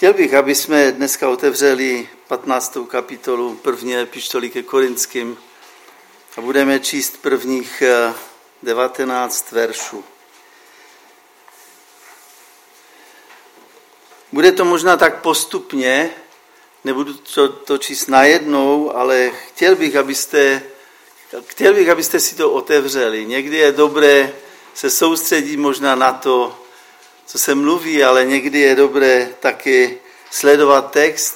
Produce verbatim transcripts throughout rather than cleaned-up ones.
Chtěl bych, aby jsme dneska otevřeli patnáctou kapitolu první epištoly ke Korinským a budeme číst prvních devatenáct veršů. Bude to možná tak postupně, nebudu to, to číst najednou, ale chtěl bych, abyste, chtěl bych, abyste si to otevřeli. Někdy je dobré se soustředit možná na to, co se mluví, ale někdy je dobré taky sledovat text.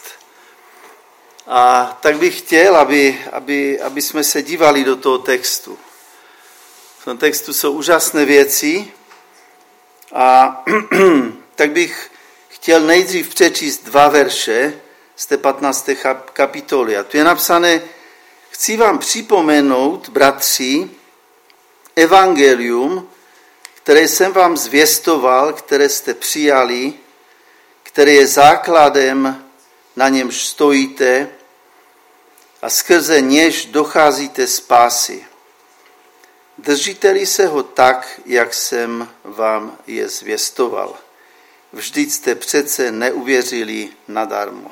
A tak bych chtěl, aby, aby, aby jsme se dívali do toho textu. V tom textu jsou úžasné věci a tak bych chtěl nejdřív přečíst dva verše z té patnácté kapitoly. A tu je napsané: chci vám připomenout, bratři, evangelium, které jsem vám zvěstoval, které jste přijali, které je základem, na němž stojíte a skrze něž docházíte spásy. Držíte-li se ho tak, jak jsem vám je zvěstoval. Vždyť jste přece neuvěřili nadarmo.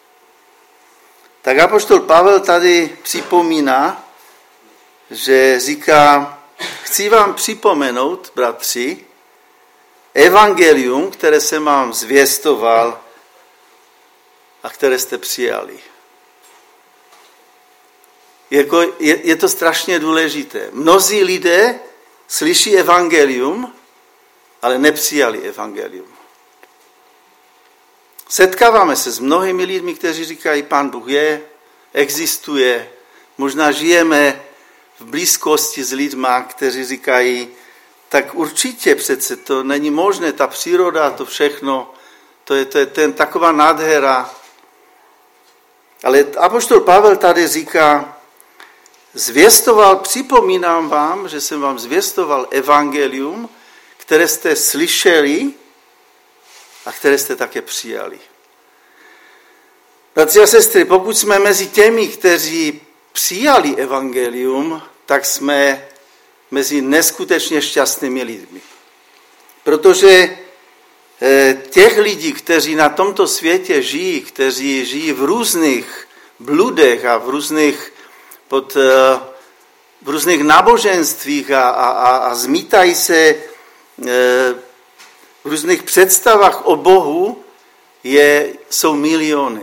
Tak apoštol Pavel tady připomíná, že říká: chci vám připomenout, bratři, evangelium, které jsem vám zvěstoval a které jste přijali. Jako je, je to strašně důležité. Mnozí lidé slyší evangelium, ale nepřijali evangelium. Setkáváme se s mnohými lidmi, kteří říkají: Pán Bůh je, existuje, možná žijeme v blízkosti s lidma, kteří říkají: tak určitě přece to není možné, ta příroda, to všechno, to je, to je ten, taková nádhera. Ale apoštol Pavel tady říká: zvěstoval, připomínám vám, že jsem vám zvěstoval evangelium, které jste slyšeli a které jste také přijali. Bratři a sestry, pokud jsme mezi těmi, kteří přijali evangelium, tak jsme mezi neskutečně šťastnými lidmi. Protože těch lidí, kteří na tomto světě žijí, kteří žijí v různých bludech a v různých, pod, v různých náboženstvích a, a, a zmítají se v různých představách o Bohu, je, jsou miliony.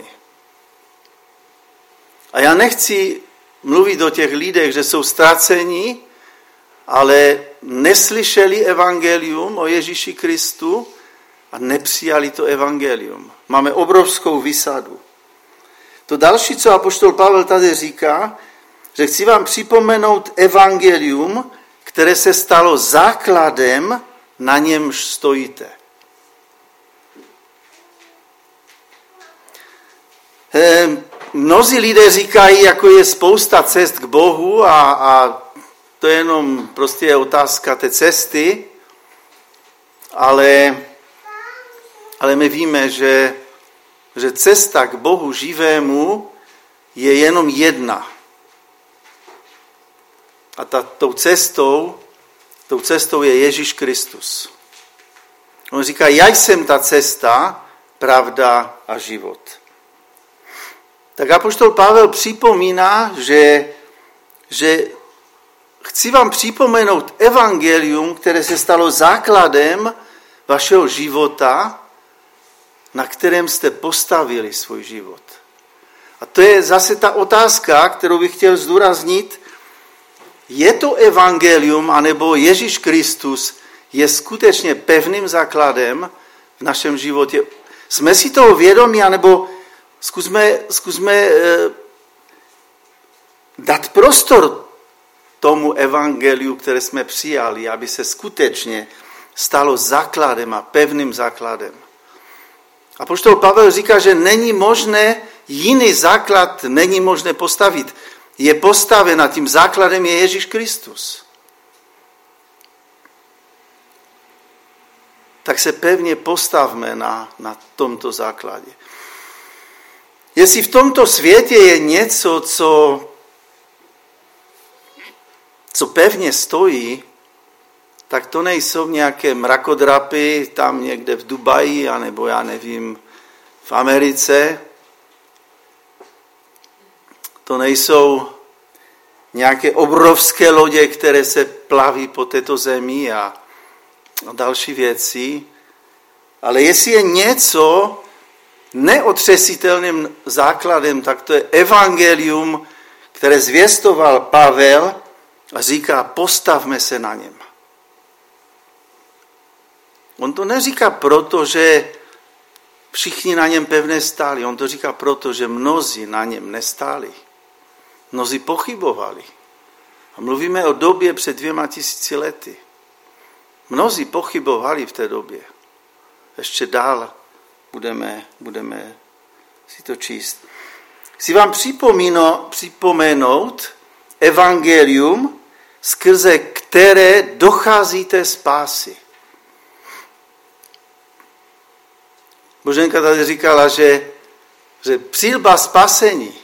A já nechci mluvit o těch lidech, že jsou ztraceni, ale neslyšeli evangelium o Ježíši Kristu a nepřijali to evangelium. Máme obrovskou výsadu. To další, co apoštol Pavel tady říká, že chci vám připomenout evangelium, které se stalo základem, na němž stojíte. Mnozí lidé říkají, jako je spousta cest k Bohu a, a to je jenom prostě je otázka té cesty, ale, ale my víme, že, že cesta k Bohu živému je jenom jedna. A ta, tou cestou, tou cestou je Ježíš Kristus. On říká: já jsem ta cesta, pravda a život. Tak apoštol Pavel připomíná, že, že chci vám připomenout evangelium, které se stalo základem vašeho života, na kterém jste postavili svůj život. A to je zase ta otázka, kterou bych chtěl zdůraznit. Je to evangelium, anebo Ježíš Kristus je skutečně pevným základem v našem životě? Jsme si toho vědomí, anebo zkusme, zkusme eh, dát prostor tomu evangeliu, které jsme přijali, aby se skutečně stalo základem a pevným základem. Apoštol Pavel říká, že není možné, jiný základ není možné postavit. Je postaven a tím základem je Ježíš Kristus. Tak se pevně postavme na, na tomto základě. Jestli v tomto světě je něco, co, co pevně stojí, tak to nejsou nějaké mrakodrapy tam někde v Dubaji, anebo já nevím, v Americe. To nejsou nějaké obrovské lodě, které se plaví po této zemi a, a další věci. Ale jestli je něco neotřesitelným základem, tak to je evangelium, které zvěstoval Pavel a říká, postavme se na něm. On to neříká proto, že všichni na něm pevně stáli. On to říká proto, že mnozí na něm nestáli. Mnozí pochybovali. A mluvíme o době před dvěma tisíci lety. Mnozí pochybovali v té době. Ještě dál budeme, budeme si to číst. Chci vám připomenout evangelium, skrze které docházíte spásy. Boženka tady říkala, že, že přilba spasení.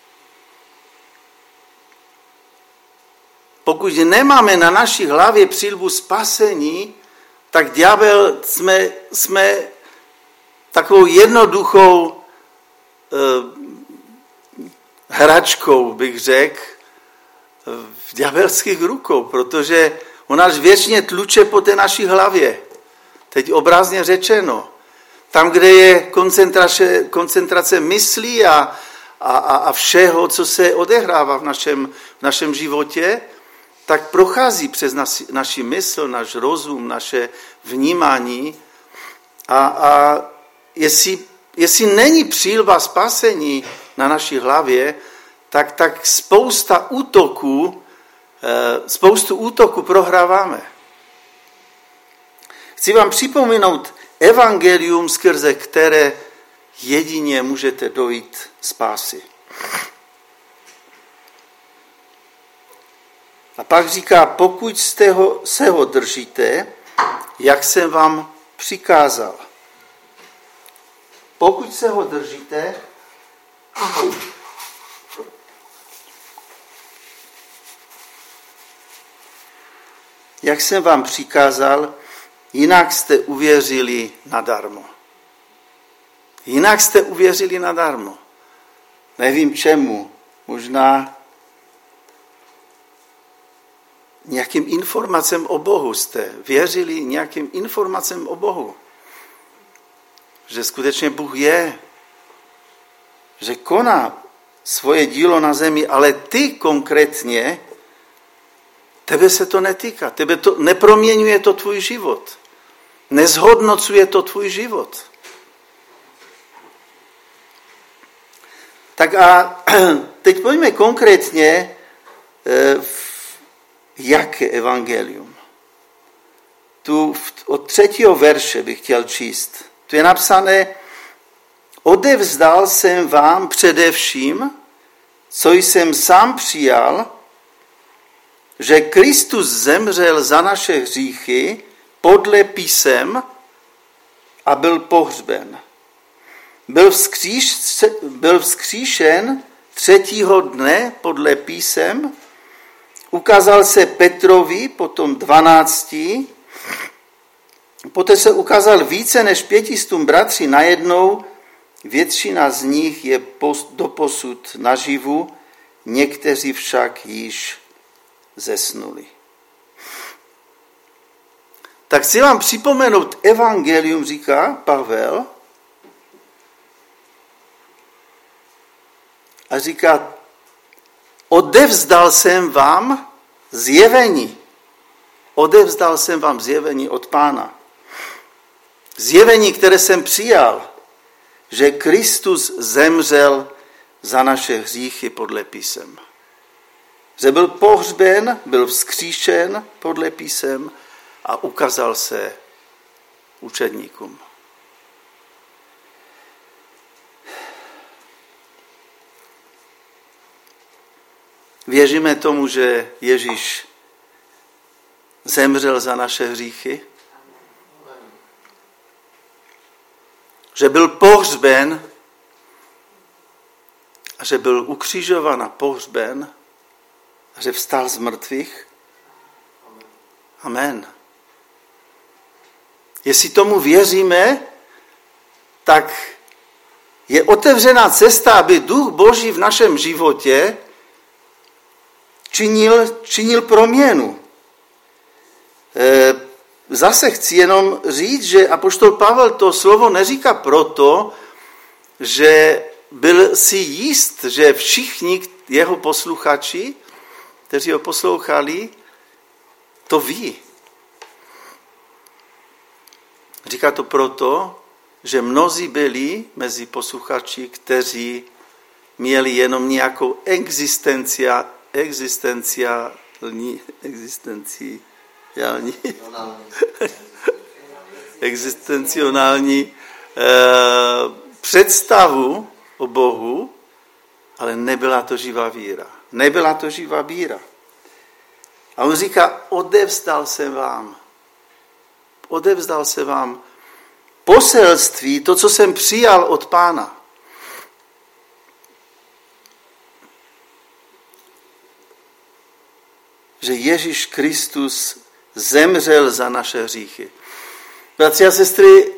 Pokud nemáme na naší hlavě přilbu spasení, tak ďábel jsme, jsme takovou jednoduchou eh, hračkou, bych řekl, v ďábelských rukou, protože on nás věčně tluče po té naší hlavě. Teď obrazně řečeno. Tam, kde je koncentrace, koncentrace myslí a, a, a všeho, co se odehrává v našem, v našem životě, tak prochází přes naši, naši mysl, náš rozum, naše vnímání. A, a jestli, jestli není přilba spasení na naší hlavě, tak, tak spousta útoků, spoustu útoků prohráváme. Chci vám připomenout evangelium, skrze které jedině můžete dojít spásy. A pak říká, pokud jste ho, se ho držíte, jak jsem vám přikázal. Pokud se ho držíte, jak jsem vám přikázal, jinak jste uvěřili nadarmo. Jinak jste uvěřili nadarmo. Nevím čemu. Možná nějakým informacím o Bohu jste věřili nějakým informacím o Bohu. Že skutečně Bůh je. Že koná svoje dílo na zemi, ale ty konkrétně, tebe se to netýká. Tebe to neproměňuje to tvůj život. Nezhodnocuje to tvůj život. Tak a teď pojďme konkrétně, jaké evangelium. Tu od třetího verše bych chtěl číst. Tu je napsané, odevzdal jsem vám především, co jsem sám přijal, že Kristus zemřel za naše hříchy podle písem a byl pohřben. Byl, vzkříš, byl vzkříšen třetího dne podle písem, ukázal se Petrovi, potom dvanácti, poté se ukázal více než pětistům bratři najednou, většina z nich je doposud naživu, někteří však již zesnuli. Tak chci vám připomenout evangelium, říká Pavel, a říká, odevzdal jsem vám zjevení. Odevzdal jsem vám zjevení od Pána. Zjevení, které jsem přijal, že Kristus zemřel za naše hříchy podle písem. Že byl pohřben, byl vzkříšen podle písem a ukázal se učedníkům. Věříme tomu, že Ježíš zemřel za naše hříchy, že byl pohřben a že byl ukřižován a pohřben a že vstal z mrtvých. Amen. Jestli tomu věříme, tak je otevřená cesta, aby Duch Boží v našem životě činil, činil proměnu. E, zase chci jenom říct, že apoštol Pavel to slovo neříká proto, že byl si jist, že všichni jeho posluchači, kteří ho poslouchali, to ví. Říká to proto, že mnozí byli mezi posluchači, kteří měli jenom nějakou existencia, existenciální, existenciální, existencionální eh, představu o Bohu, ale nebyla to živá víra. Nebyla to živá víra. A on říká, odevzdal se vám. Odevzdal se vám poselství, to, co jsem přijal od Pána. Že Ježíš Kristus zemřel za naše hříchy. Bratři a sestry,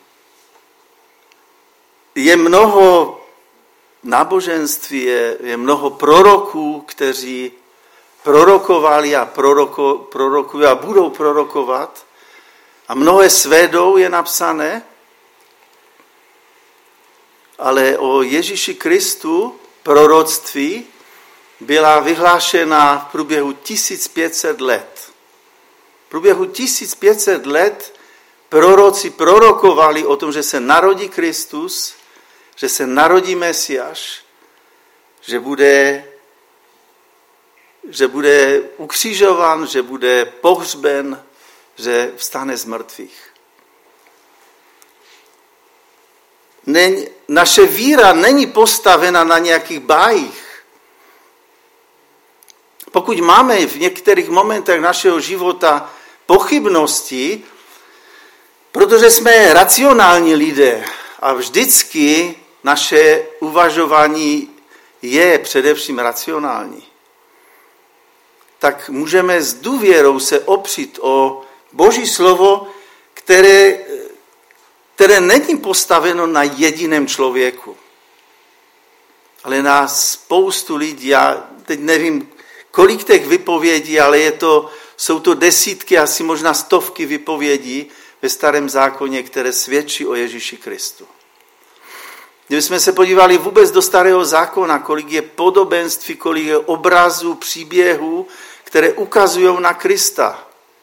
je mnoho náboženství, je, je mnoho proroků, kteří prorokovali a proroko, prorokují a budou prorokovat. A mnohé svédou je napsané, ale o Ježíši Kristu proroctví byla vyhlášena v průběhu tisíc pět set let. V průběhu tisíc pět set let proroci prorokovali o tom, že se narodí Kristus, že se narodí Mesiáš, že bude, že bude ukřižován, že bude pohřben, že vstane z mrtvých. Není, naše víra není postavena na nějakých bájích. Pokud máme v některých momentech našeho života pochybnosti, protože jsme racionální lidé a vždycky naše uvažování je především racionální, tak můžeme s důvěrou se opřít o Boží slovo, které, které není postaveno na jediném člověku, ale na spoustu lidí. Já teď nevím, kolik těch vypovědí, ale je to, jsou to desítky, asi možná stovky vypovědí ve Starém zákoně, které svědčí o Ježíši Kristu. Kdybychom se podívali vůbec do Starého zákona, kolik je podobenství, kolik je obrazů, příběhů, které ukazují na Krista.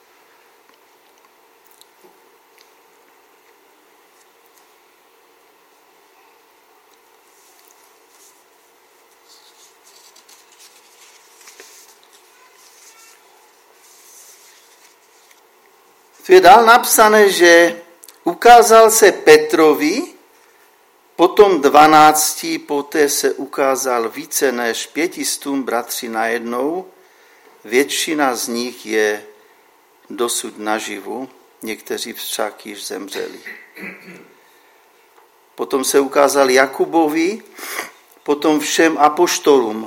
Tu je dál napsané, že ukázal se Petrovi, potom dvanácti, poté se ukázal více než pětistům bratři najednou. Většina z nich je dosud naživu, někteří však již zemřeli. Potom se ukázal Jakubovi, potom všem apoštolům.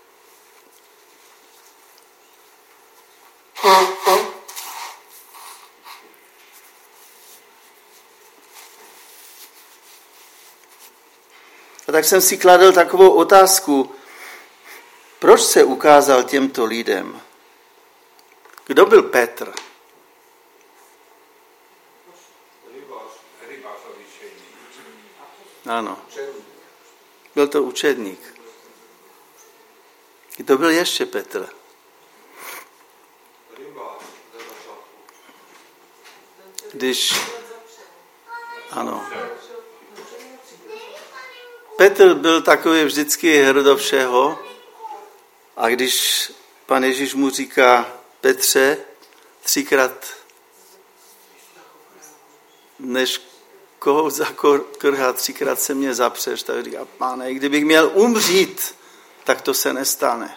A tak jsem si kladl takovou otázku, proč se ukázal těmto lidem? Kdo byl Petr? Ano, byl to učedník. Kdo byl ještě Petr? Když... Ano. Petr byl takový vždycky hrdo všeho a když pan Ježíš mu říká Petře, třikrát než koho zakrhá, třikrát se mě zapřeš, tak říká, Páne, kdybych měl umřít, tak to se nestane.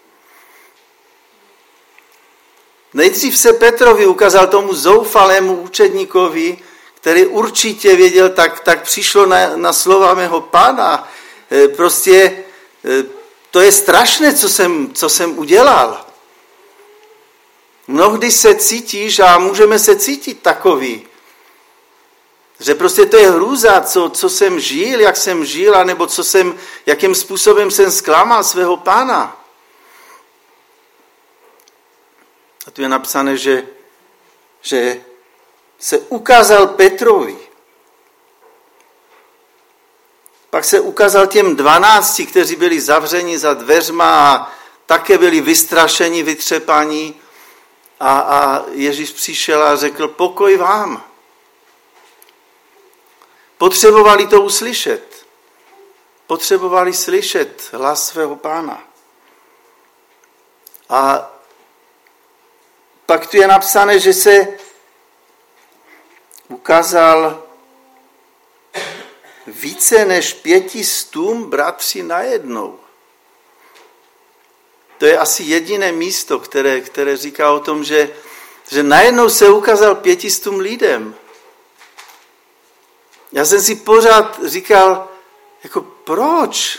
Nejdřív se Petrovi ukázal tomu zoufalému učedníkovi, který určitě věděl, tak, tak přišlo na, na slova mého Pána. E, prostě e, to je strašné, co jsem, co jsem udělal. Mnohdy se cítíš a můžeme se cítit takový. Že prostě to je hrůza, co, co jsem žil, jak jsem žil, anebo co jsem, jakým způsobem jsem zklamal svého Pána. A tu je napsané, že, že se ukázal Petrovi. Pak se ukázal těm dvanácti, kteří byli zavřeni za dveřma a také byli vystrašeni, vytřepaní. A, a Ježíš přišel a řekl, pokoj vám. Potřebovali to uslyšet. Potřebovali slyšet hlas svého Pána. A pak tu je napsané, že se ukázal více než pětistům bratři najednou. To je asi jediné místo, které, které říká o tom, že, že najednou se ukázal pětistům lidem. Já jsem si pořád říkal, jako proč?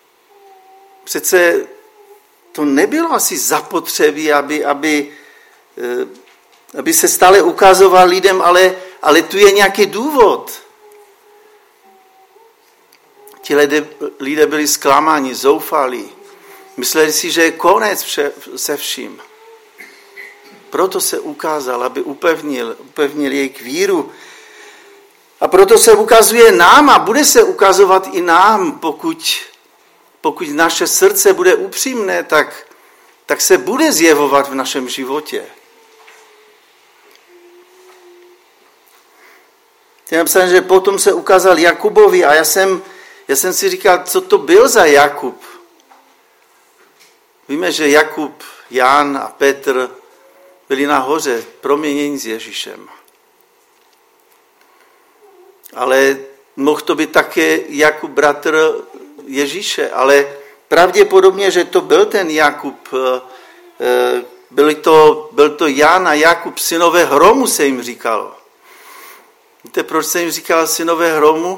Přece to nebylo asi zapotřebí, aby, aby, aby se stále ukazoval lidem, ale, ale tu je nějaký důvod. Ti lidé, lidé byli zklamáni, zoufalí. Mysleli si, že je konec vše, se vším. Proto se ukázal, aby upevnil, upevnil jejich víru. A proto se ukazuje nám a bude se ukazovat i nám, pokud, pokud naše srdce bude upřímné, tak, tak se bude zjevovat v našem životě. Je napsané, že potom se ukázal Jakubovi a já jsem, já jsem si říkal, co to byl za Jakub. Víme, že Jakub, Jan a Petr byli nahoře proměněni s Ježíšem. Ale mohl to být také Jakub, bratr Ježíše, ale pravděpodobně, že to byl ten Jakub, byl to, byl to Jan a Jakub, synové hromu se jim říkalo. Víte, proč se jim říkalo synové hromu?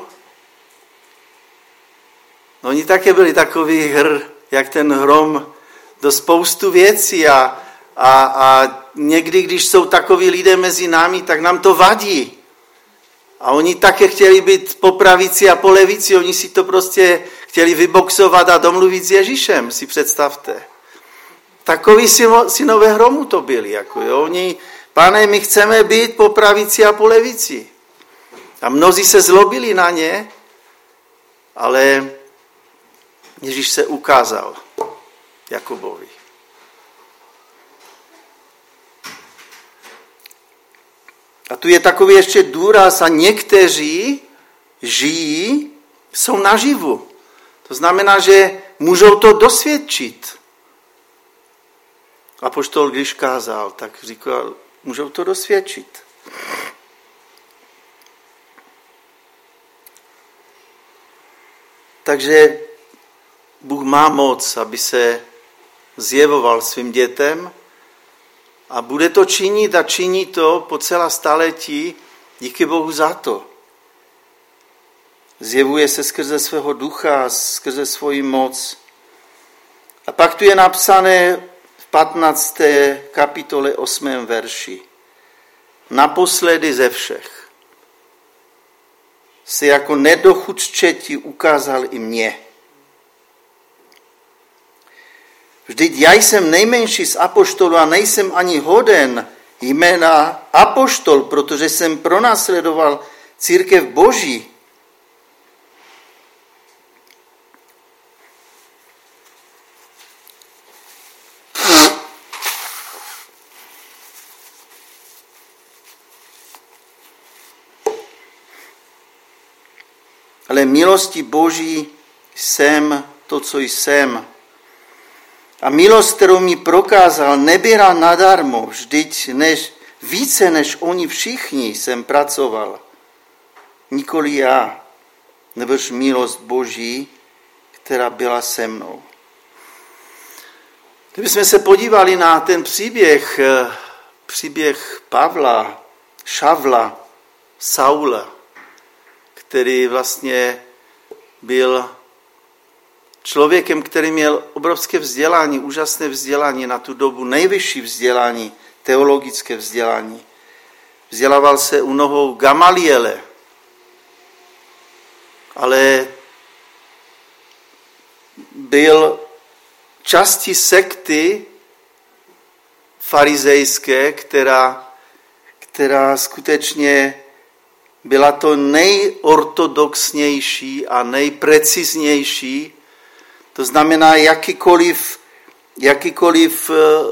No, oni také byli takový hr, jak ten hrom, do spoustu věcí a, a, a někdy, když jsou takoví lidé mezi námi, tak nám to vadí. A oni také chtěli být po pravici a po levici, oni si to prostě chtěli vyboxovat a domluvit s Ježíšem, si představte. Takoví synové hromu to byli. Jako, jo. Oni, Pane, my chceme být po pravici a po levici. A mnozí se zlobili na ně, ale Ježíš se ukázal Jakubovi. A tu je takový ještě důraz a někteří žijí, jsou naživu. To znamená, že můžou to dosvědčit. Apoštol, když kázal, tak říkal, můžou to dosvědčit. Takže Bůh má moc, aby se zjevoval svým dětem a bude to činit a činí to po celá staletí. Díky Bohu za to. Zjevuje se skrze svého ducha, skrze svoji moc. A pak tu je napsané v patnácté kapitole osmém verši. Naposledy ze všech se jako nedochuččetí ukázal i mně. Vždyť já jsem nejmenší z apoštolů a nejsem ani hoden jména apoštol, protože jsem pronásledoval církev Boží. Ale milosti Boží jsem to, co jsem. A milost, kterou mi prokázal, nebyla nadarmo, vždyť než, více než oni všichni jsem pracoval. Nikoli já, nebož milost Boží, která byla se mnou. Kdybychom se podívali na ten příběh, příběh Pavla, Šavla, Saula, který vlastně byl člověkem, který měl obrovské vzdělání, úžasné vzdělání na tu dobu, nejvyšší vzdělání, teologické vzdělání. Vzdělával se u nohou Gamaliele, ale byl částí sekty farizejské, která, která skutečně byla to nejortodoxnější a nejpreciznější. To znamená, jakýkoliv, jakýkoliv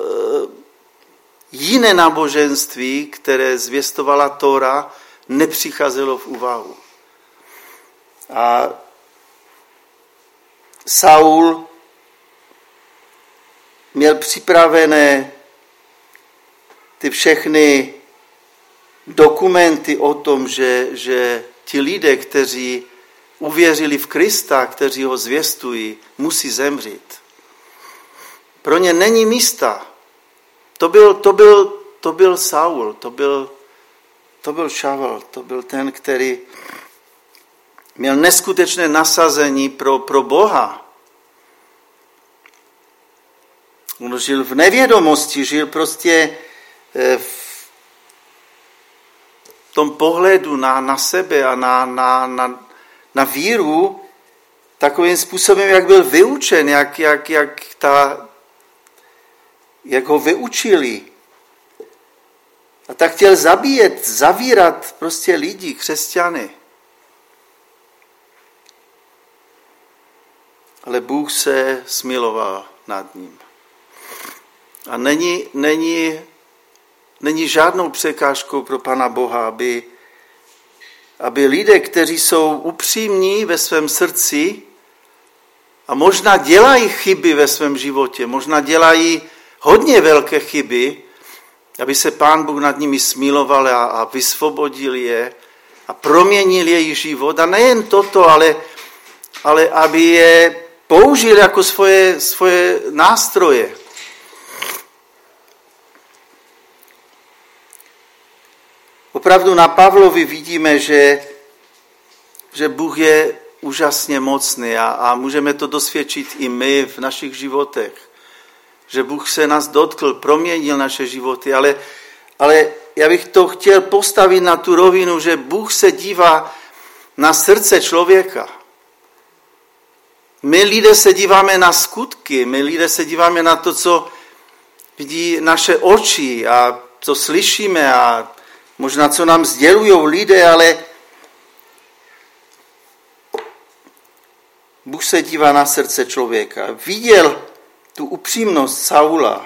jiné náboženství, které zvěstovala Tóra, nepřicházelo v úvahu. A Saul měl připravené ty všechny dokumenty o tom, že, že ti lidé, kteří uvěřili v Krista, kteří ho zvěstují, musí zemřít. Pro ně není místa. To byl, to byl, to byl Saul, to byl, to byl Šavel, to byl ten, který měl neskutečné nasazení pro, pro Boha. On žil v nevědomosti, žil prostě v tom pohledu na, na sebe a na, na, na, na víru takovým způsobem, jak byl vyučen, jak, jak, jak, ta, jak ho vyučili. A tak chtěl zabíjet, zavírat prostě lidi, křesťany. Ale Bůh se smiloval nad ním. A není, není, není žádnou překážkou pro Pana Boha, aby, aby lidé, kteří jsou upřímní ve svém srdci a možná dělají chyby ve svém životě, možná dělají hodně velké chyby, aby se Pán Bůh nad nimi smiloval a, a vysvobodil je a proměnil jejich život. A nejen toto, ale, ale aby je použil jako svoje, svoje nástroje. Opravdu na Pavlovi vidíme, že, že Bůh je úžasně mocný a, a můžeme to dosvědčit i my v našich životech. Že Bůh se nás dotkl, proměnil naše životy, ale, ale já bych to chtěl postavit na tu rovinu, že Bůh se dívá na srdce člověka. My lidé se díváme na skutky, my lidé se díváme na to, co vidí naše oči a co slyšíme a možná co nám sdělují lidé, ale Bůh se dívá na srdce člověka. Viděl tu upřímnost Saula.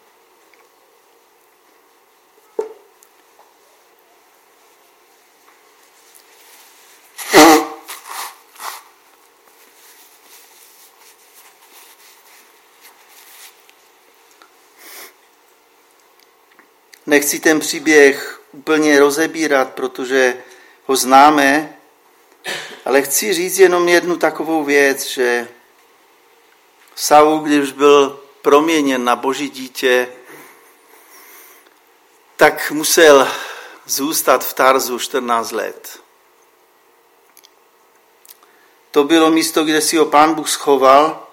Nechci ten příběh úplně rozebírat, protože ho známe, ale chci říct jenom jednu takovou věc, že Saul, když byl proměněn na Boží dítě, tak musel zůstat v Tarzu čtrnáct let. To bylo místo, kde si ho Pán Bůh schoval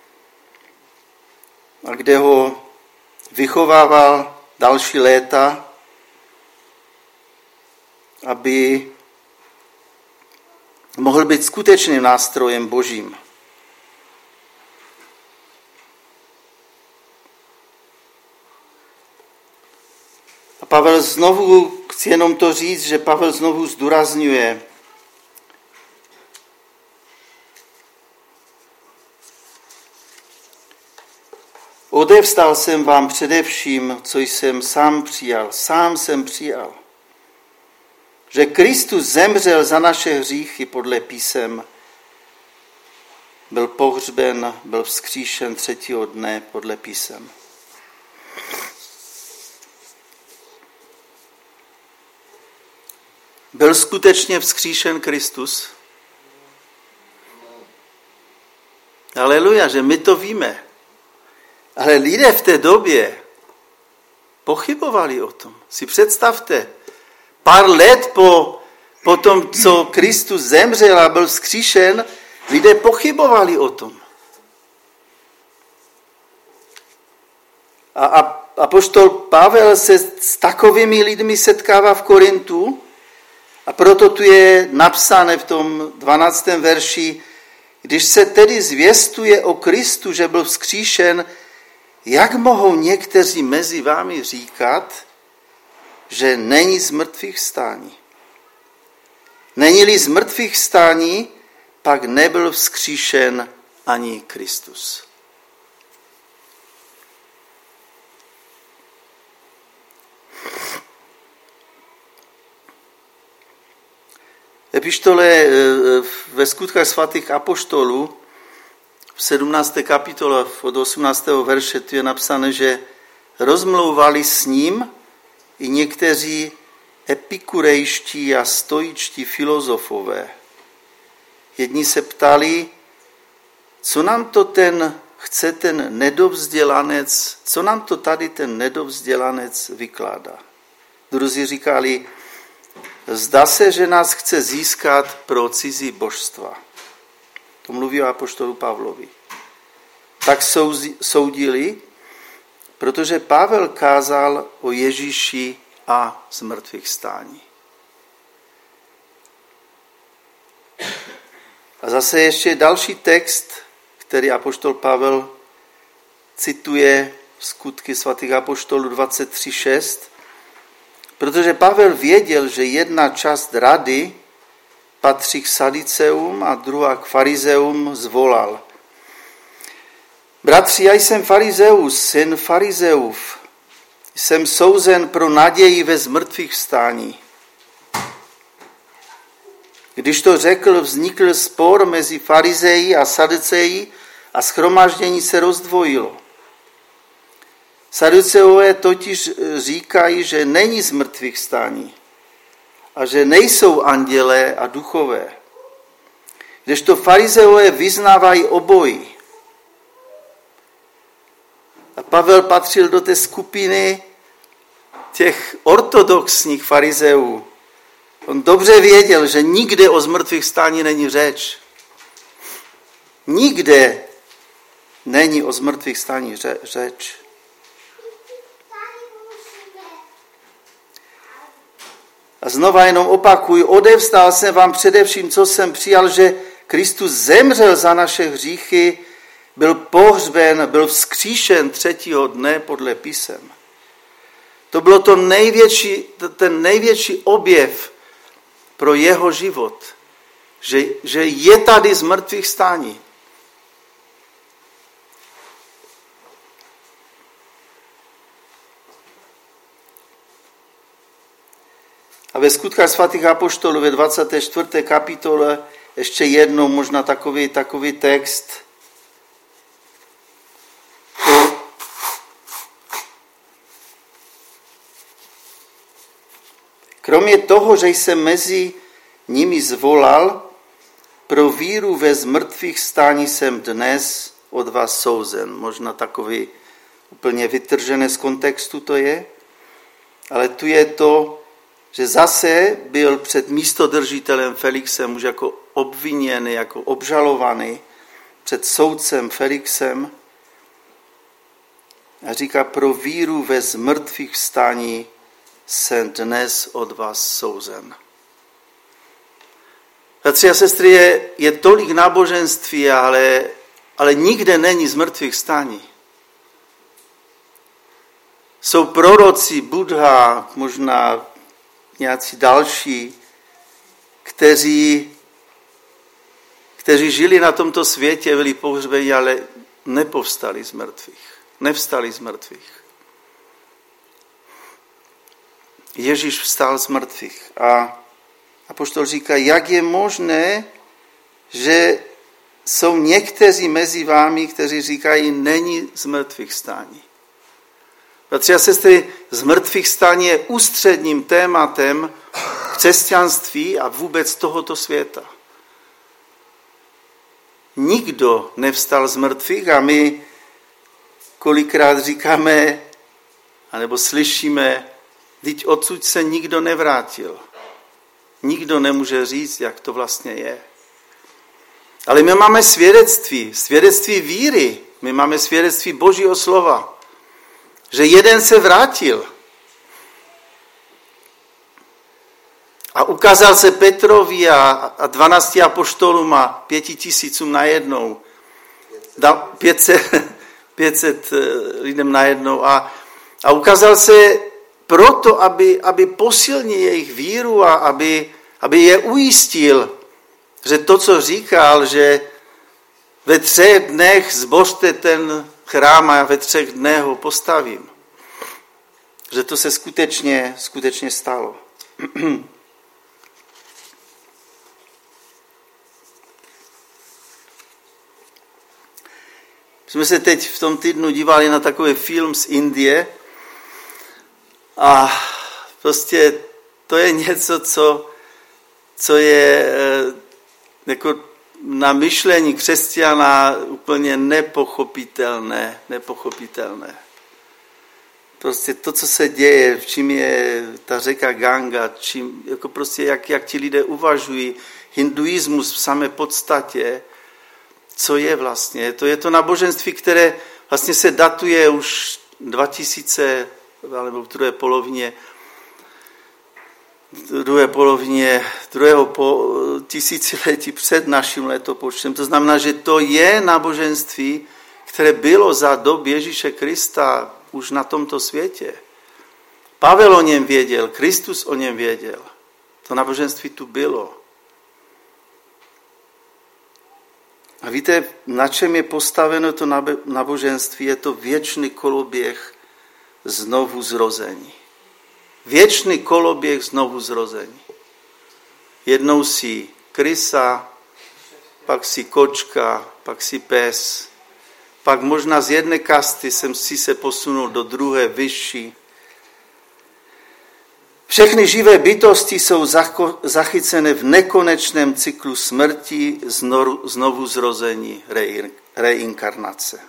a kde ho vychovával další léta, aby mohl být skutečným nástrojem Božím. A Pavel znovu, chci jenom to říct, že Pavel znovu zdůrazňuje, odevstal jsem vám především, co jsem sám přijal. Sám jsem přijal. Že Kristus zemřel za naše hříchy podle písem, byl pohřben, byl vzkříšen třetího dne podle písem. Byl skutečně vzkříšen Kristus? Aleluja, že my to víme. Ale lidé v té době pochybovali o tom. Si představte, pár let po, po tom, co Kristus zemřel a byl vzkříšen, lidé pochybovali o tom. A, a apoštol Pavel se s takovými lidmi setkává v Korintu A proto tu je napsané v tom dvanáctém verši, když se tedy zvěstuje o Kristu, že byl vzkříšen, jak mohou někteří mezi vámi říkat, že není z mrtvých vstání? Není-li z mrtvých vstání, pak nebyl vzkříšen ani Kristus. Epištole ve Skutkách svatých apoštolů v sedmnácté kapitole od osmnáctého verše tu je napsané, že rozmlouvali s ním i někteří epikurejští a stoičtí filozofové. Jedni se ptali, co nám to ten chce ten nedovzdělanec, co nám to tady ten nedovzdělanec vykládá. Druzí říkali, zdá se, že nás chce získat pro cizí božstva. To mluví o apoštolu Pavlovi. Tak soudili, protože Pavel kázal o Ježíši a zmrtvých stání. A zase ještě další text, který apoštol Pavel cituje Skutky svatých apoštolů dvacet tři šest, protože Pavel věděl, že jedna část rady patří k Sadiceum a druhá k farizeum, zvolal. Bratři, já jsem farizeus, syn farizeův. Jsem souzen pro naději ve zmrtvých vstání. Když to řekl, vznikl spor mezi farizeji a saduceji a shromáždění se rozdvojilo. Saduceové totiž říkají, že není zmrtvých vstání a že nejsou andělé a duchové. Kdežto farizeové vyznávají obojí. A Pavel patřil do té skupiny těch ortodoxních farizeů. On dobře věděl, že nikde o zmrtvých vstání není řeč. Nikde není o zmrtvých vstání řeč. A znova jenom opakuju, odevzdal jsem vám především, co jsem přijal, že Kristus zemřel za naše hříchy, byl pohřben, byl vzkříšen třetího dne podle písem. To bylo to největší, ten největší objev pro jeho život, že, že je tady z mrtvých vstání. A ve Skutkách svatých apoštolů ve dvacáté čtvrté kapitole ještě jednou možná takový, takový text. Kromě toho, že jsem mezi nimi zvolal, pro víru ve zmrtvých stání jsem dnes od vás souzen. Možná takový úplně vytržené z kontextu to je, ale tu je to, že zase byl před místodržitelem Felixem už jako obviněný, jako obžalovaný před soudcem Felixem a říká, pro víru ve zmrtvých vstání jsem dnes od vás souzen. Bratři a sestry, je, je tolik náboženství, ale, ale nikde není zmrtvých vstání. Jsou proroci, Buddha, možná nějací další, kteří, kteří žili na tomto světě, byli pohřbeni, ale nepovstali z mrtvých. Nevstali z mrtvých. Ježíš vstal z mrtvých. A apoštol říká, jak je možné, že jsou někteří mezi vámi, kteří říkají, není z mrtvých vstání. Bratři a sestry, z mrtvých vstání je ústředním tématem křesťanství a vůbec tohoto světa. Nikdo nevstal z mrtvých a my kolikrát říkáme, anebo slyšíme, vždyť odsud se nikdo nevrátil. Nikdo nemůže říct, jak to vlastně je. Ale my máme svědectví, svědectví víry, my máme svědectví Božího slova, že jeden se vrátil. A ukázal se Petrovi a, a dvanácti apoštolům a pěti tisícům najednou. Dal pět set lidem najednou. A, a ukázal se proto, aby, aby posilnil jejich víru a aby, aby je ujistil, že to, co říkal, že ve třech dnech zbořte ten chrám a ve třech dnech ho postavím. Že to se skutečně, skutečně stalo. Jsme se teď v tom týdnu dívali na takový film z Indie a prostě to je něco, co, co je jako na myšlení křesťana úplně nepochopitelné, nepochopitelné. Prostě to, co se děje, v čím je ta řeka Ganga, čím, jako prostě jak, jak ti lidé uvažují, hinduismus v samé podstatě, co je vlastně. To je to náboženství, které vlastně se datuje už dva tisíce, alebo v druhé polovině, v druhé polovině druhého po, tisíciletí před naším letopočtem. To znamená, že to je náboženství, které bylo za dob Ježíše Krista už na tomto světě. Pavel o něm věděl, Kristus o něm věděl. To náboženství tu bylo. A víte, na čem je postaveno to náboženství? Je to věčný koloběh znovu zrození. Věčný koloběh znovu zrození. Jednou si krysa, pak si kočka, pak si pes, pak možná z jedné kasty jsem si se posunul do druhé, vyšší. Všechny živé bytosti jsou zachycené v nekonečném cyklu smrti, znovu zrození, reinkarnace.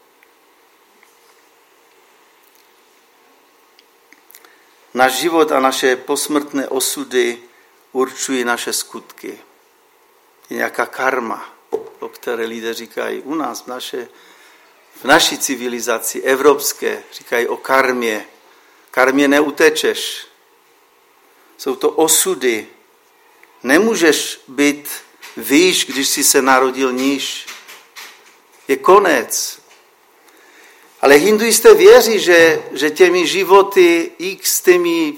Náš život a naše posmrtné osudy určují naše skutky. Je nějaká karma, o které lidé říkají u nás, v, naše, v naší civilizaci evropské, říkají o karmě. Karmě neutečeš. Jsou to osudy. Nemůžeš být výš, když jsi se narodil níž. Je konec. Ale hinduisté věří, že, že těmi životy, x těmi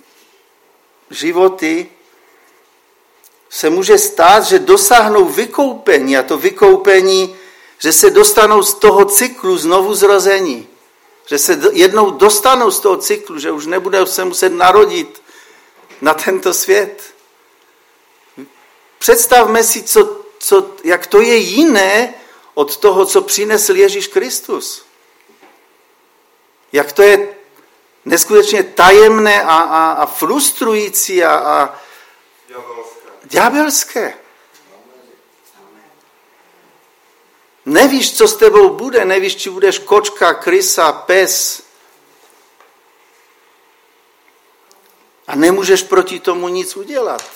životy se může stát, že dosáhnou vykoupení. A to vykoupení, že se dostanou z toho cyklu znovu zrození. Že se jednou dostanou z toho cyklu, že už nebudou se muset narodit na tento svět. Představme si, co, co, jak to je jiné od toho, co přinesl Ježíš Kristus. Jak to je neskutečně tajemné a, a, a frustrující a, a ďábelské. Nevíš, co s tebou bude, nevíš, či budeš kočka, krysa, pes. A nemůžeš proti tomu nic udělat.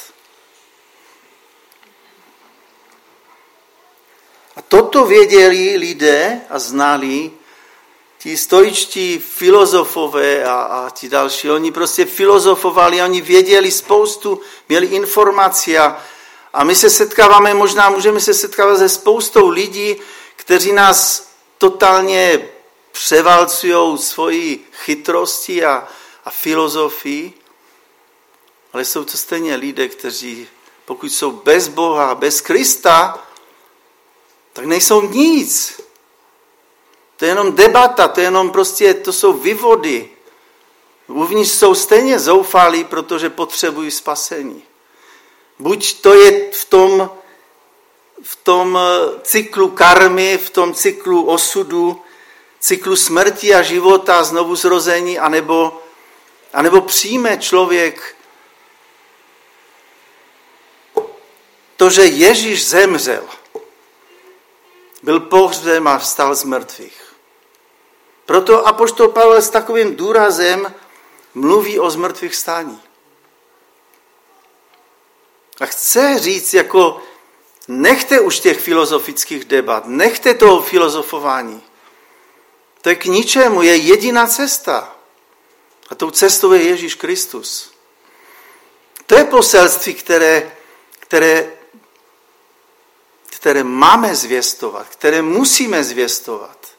A toto věděli lidé a znali ti stoičtí filozofové a, a ti další. Oni prostě filozofovali, oni věděli spoustu, měli informace a, a my se setkáváme, možná můžeme se setkávat se spoustou lidí, kteří nás totálně převalcují svojí chytrostí a, a filozofii, ale jsou to stejně lidé, kteří, pokud jsou bez Boha, bez Krista, tak nejsou nic. To je jenom debata, to je jenom prostě, to jsou vývody. Uvnitř jsou stejně zoufalí, protože potřebují spasení. Buď to je v tom, v tom cyklu karmy, v tom cyklu osudu, cyklu smrti a života, znovu zrození, anebo, anebo přijme člověk to, že Ježíš zemřel, byl pohřben a vstal z mrtvých. Proto apoštol Pavel s takovým důrazem mluví o zmrtvých stání. A chce říct, jako nechte už těch filozofických debat, nechte toho filozofování. To je k ničemu, je jediná cesta. A tou cestou je Ježíš Kristus. To je poselství, které, které, které máme zvěstovat, které musíme zvěstovat.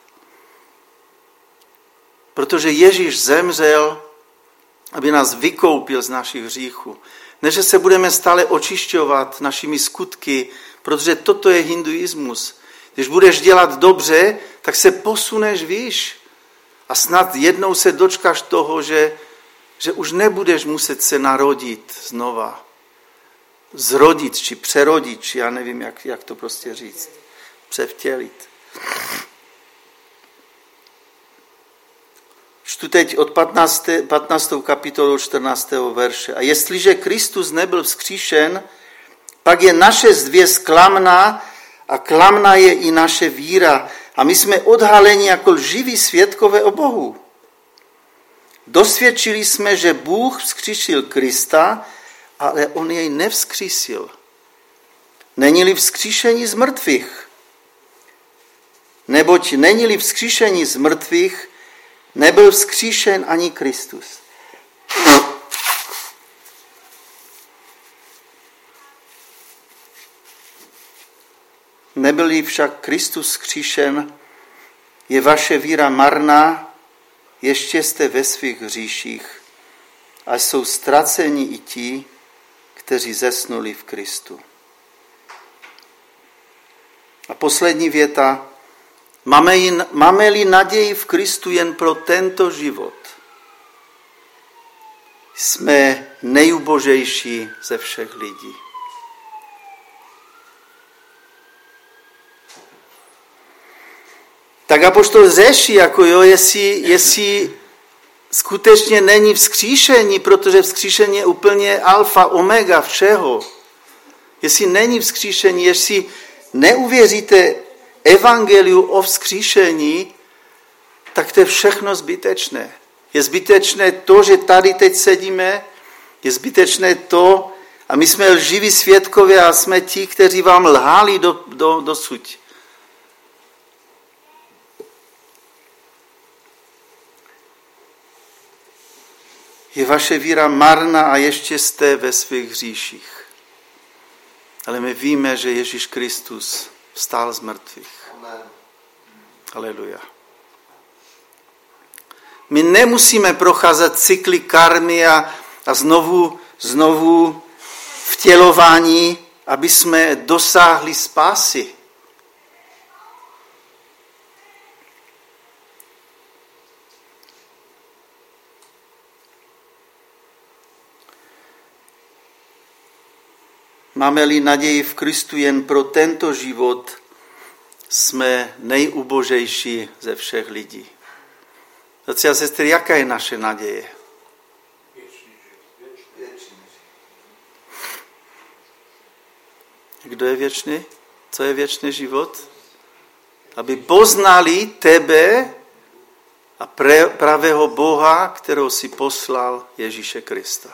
Protože Ježíš zemřel, aby nás vykoupil z našich hříchů. Ne, že se budeme stále očišťovat našimi skutky, protože toto je hinduismus. Když budeš dělat dobře, tak se posuneš výš. A snad jednou se dočkáš toho, že, že už nebudeš muset se narodit znova. Zrodit, či přerodit, či já nevím, jak, jak to prostě říct. Převtělit. Čtu teď od patnácté patnáctou kapitolu čtrnáctého verše. A jestliže Kristus nebyl vzkříšen, pak je naše zvěst klamná a klamná je i naše víra. A my jsme odhaleni jako lživí svědkové o Bohu. Dosvědčili jsme, že Bůh vzkříšil Krista, ale on jej nevzkřísil. Není-li vzkříšení z mrtvých? Neboť není-li vzkříšení z mrtvých, nebyl vzkříšen ani Kristus. Nebyl-li však Kristus vzkříšen, je vaše víra marná, ještě jste ve svých hříších a jsou ztraceni i ti, kteří zesnuli v Kristu. A poslední věta. Máme jen, máme-li naději v Kristu jen pro tento život, jsme nejubožejší ze všech lidí. Tak apoštol řeší, jako jo, jestli, jestli skutečně není vzkříšení, protože vzkříšení je úplně alfa, omega všeho. Jestli není vzkříšení, jestli neuvěříte evangeliu o vzkříšení, tak to je všechno zbytečné. Je zbytečné to, že tady teď sedíme, je zbytečné to, a my jsme lživí svědkové a jsme ti, kteří vám lhali do, do, dosud. Je vaše víra marná a ještě jste ve svých hříších. Ale my víme, že Ježíš Kristus vstál z mrtvých. Haleluja. My nemusíme procházet cykly karmy a, a znovu, znovu vtělování, aby jsme dosáhli spásy. Máme-li naději v Kristu jen pro tento život, jsme nejubožejší ze všech lidí. Bratři a sestry, jaká je naše naděje? Kdo je věčný? Co je věčný život? Aby poznali tebe a pravého Boha, kterou si poslal Ježíše Krista.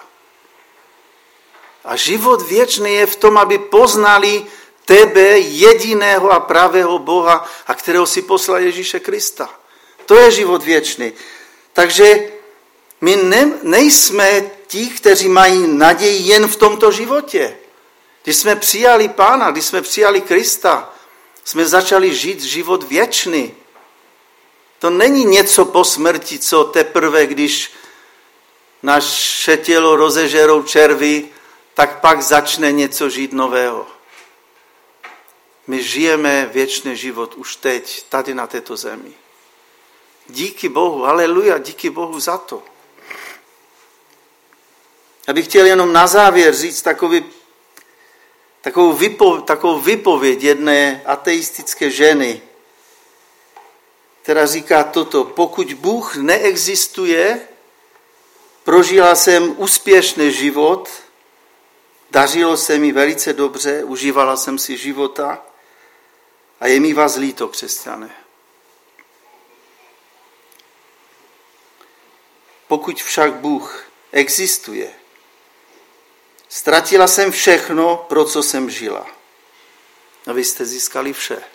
A život věčný je v tom, aby poznali tebe, jediného a pravého Boha, a kterého si poslal Ježíše Krista. To je život věčný. Takže my ne, nejsme ti, kteří mají naději jen v tomto životě. Když jsme přijali Pána, když jsme přijali Krista, jsme začali žít život věčný. To není něco po smrti, co teprve, když naše tělo rozežerou červy, tak pak začne něco žít nového. My žijeme věčný život už teď, tady na této zemi. Díky Bohu, haleluja, díky Bohu za to. Já bych chtěl jenom na závěr říct takový, takovou, vypo, takovou vypověď jedné ateistické ženy, která říká toto: pokud Bůh neexistuje, prožila jsem úspěšný život, dařilo se mi velice dobře, užívala jsem si života a je mi vás líto, křesťané. Pokud však Bůh existuje, ztratila jsem všechno, pro co jsem žila. A vy jste získali vše.